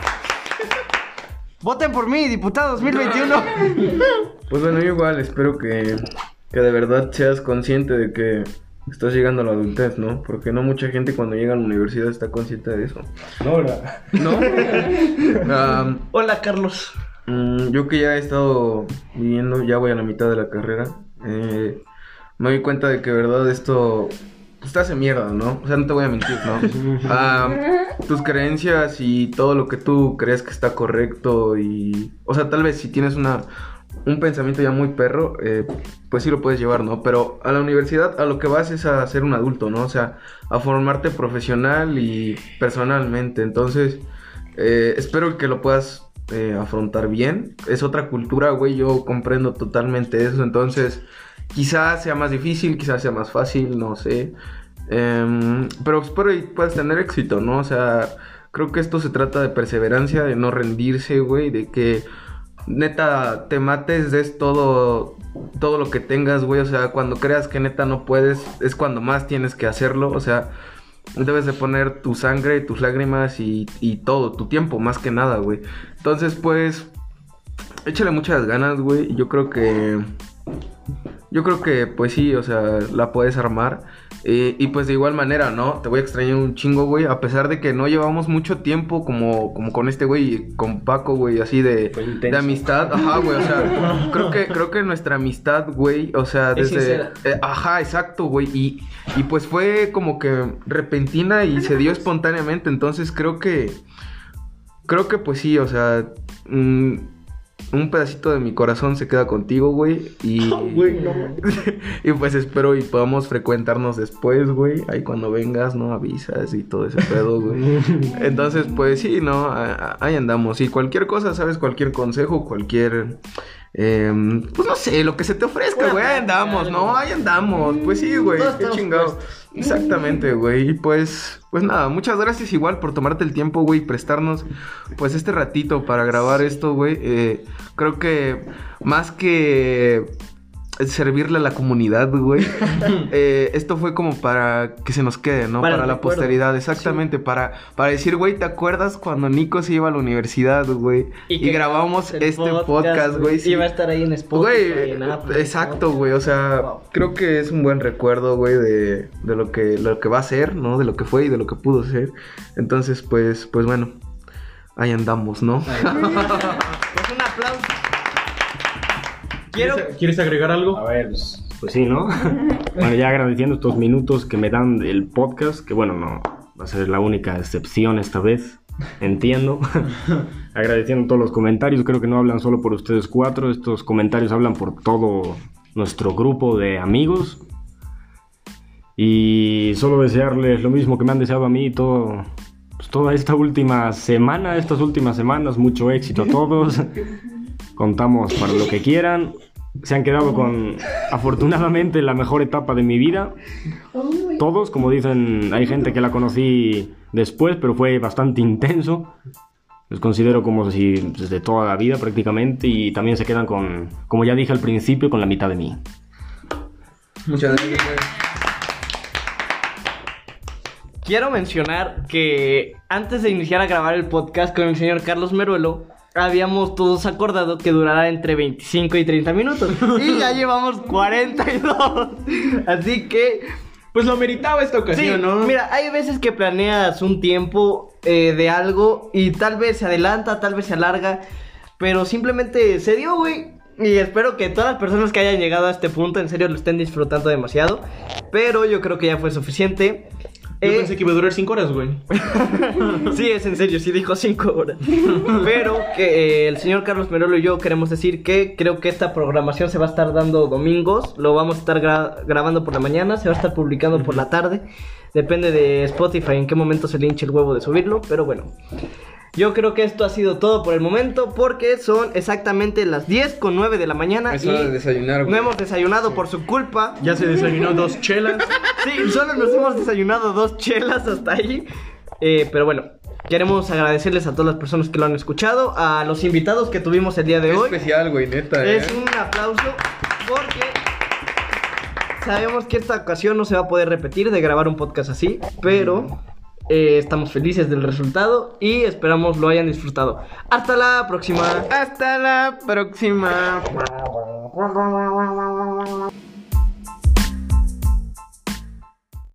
Voten por mí, diputado dos mil veintiuno. Pues bueno, yo igual espero que, que de verdad seas consciente de que estás llegando a la adultez, ¿no? Porque no mucha gente cuando llega a la universidad está consciente de eso. No, ¿verdad? ¿No? um, Hola, Carlos. um, yo que ya he estado viviendo, ya voy a la mitad de la carrera, eh, me doy cuenta de que de verdad esto... pues te hace mierda, ¿no? O sea, no te voy a mentir, ¿no? Um, tus creencias y todo lo que tú crees que está correcto y... O sea, tal vez si tienes una un pensamiento ya muy perro, eh, pues sí lo puedes llevar, ¿no? Pero a la universidad a lo que vas es a ser un adulto, ¿no? O sea, a formarte profesional y personalmente. Entonces, eh, espero que lo puedas eh, afrontar bien. Es otra cultura, güey, yo comprendo totalmente eso. Entonces, quizás sea más difícil, quizás sea más fácil, no sé. Eh, pero espero y puedas tener éxito, ¿no? O sea, creo que esto se trata de perseverancia, de no rendirse, güey, de que... neta, te mates, des todo, todo lo que tengas, güey. O sea, cuando creas que neta no puedes, es cuando más tienes que hacerlo. O sea, debes de poner tu sangre, tus lágrimas y, y todo, tu tiempo, más que nada, güey. Entonces, pues, échale muchas ganas, güey. Yo creo que... Yo creo que, pues sí, o sea, la puedes armar. Eh, y pues de igual manera, ¿no? Te voy a extrañar un chingo, güey. A pesar de que no llevamos mucho tiempo como, como con este güey, con Paco, güey, así de, de amistad. Ajá, güey, o sea, creo que, creo que nuestra amistad, güey, o sea, desde... Eh, ajá, exacto, güey. Y, y pues fue como que repentina y se dio espontáneamente. Entonces creo que... Creo que pues sí, o sea... Mmm, un pedacito de mi corazón se queda contigo, güey. Y... Güey, no. Y pues espero y podamos frecuentarnos después, güey. Ahí cuando vengas, ¿no? Avisas y todo ese pedo, güey. Entonces, pues sí, ¿no? Ahí andamos. Y cualquier cosa, ¿sabes? Cualquier consejo, cualquier... Eh, pues no sé, lo que se te ofrezca, güey. Ahí andamos, ¿no? Ahí andamos. Pues sí, güey. Qué chingado. Exactamente, güey. Y pues... Pues nada, muchas gracias igual por tomarte el tiempo, güey, y prestarnos pues este ratito para grabar esto, güey. Eh, creo que más que servirle a la comunidad, güey, eh, esto fue como para que se nos quede, ¿no? Para, para la recuerdo. Posteridad, exactamente, sí. para, para decir, güey, ¿te acuerdas cuando Nico se iba a la universidad, güey? Y, y grabamos este podcast, güey. Sí. Iba a estar ahí en Spotify, güey, en Apple, exacto, güey, o sea, wow. Creo que es un buen recuerdo, güey, de, de lo que, lo que va a ser, ¿no? De lo que fue y de lo que pudo ser. Entonces, pues, pues bueno, ahí andamos, ¿no? Pues un aplauso. Quiero... ¿Quieres, ¿Quieres agregar algo? A ver, pues, pues sí, ¿no? Bueno, ya agradeciendo estos minutos que me dan el podcast, que bueno, no va a ser la única excepción esta vez, entiendo. Agradeciendo todos los comentarios, creo que no hablan solo por ustedes cuatro, estos comentarios hablan por todo nuestro grupo de amigos. Y solo desearles lo mismo que me han deseado a mí todo, pues, toda esta última semana, estas últimas semanas, mucho éxito a todos. Contamos para lo que quieran. Se han quedado con, afortunadamente, la mejor etapa de mi vida. Todos, como dicen, hay gente que la conocí después, pero fue bastante intenso. Los considero como si desde toda la vida prácticamente. Y también se quedan con, como ya dije al principio, con la mitad de mí. Muchas gracias. Quiero mencionar que antes de iniciar a grabar el podcast con el señor Carlos Meruelo, habíamos todos acordado que durará entre veinticinco y treinta minutos. Y ya llevamos cuarenta y dos. Así que... pues lo meritaba esta ocasión, sí, ¿no? Mira, hay veces que planeas un tiempo eh, de algo y tal vez se adelanta, tal vez se alarga, pero simplemente se dio, güey. Y espero que todas las personas que hayan llegado a este punto en serio lo estén disfrutando demasiado. Pero yo creo que ya fue suficiente. Yo eh... pensé que iba a durar cinco horas, güey. Sí, es en serio, sí dijo cinco horas. Pero que eh, el señor Carlos Merolo y yo queremos decir que creo que esta programación se va a estar dando domingos. Lo vamos a estar gra- grabando por la mañana, se va a estar publicando por la tarde. Depende de Spotify en qué momento se le hinche el huevo de subirlo, pero bueno. Yo creo que esto ha sido todo por el momento, porque son exactamente las diez con nueve de la mañana. Es hora de desayunar, güey. No hemos desayunado por su culpa. Ya se desayunó dos chelas. Sí, solo nos hemos desayunado dos chelas hasta ahí. Eh, pero bueno, queremos agradecerles a todas las personas que lo han escuchado, a los invitados que tuvimos el día de Qué hoy. especial, güey, neta, ¿eh? Es un aplauso porque sabemos que esta ocasión no se va a poder repetir de grabar un podcast así, pero eh, estamos felices del resultado y esperamos lo hayan disfrutado. Hasta la próxima. Hasta la próxima.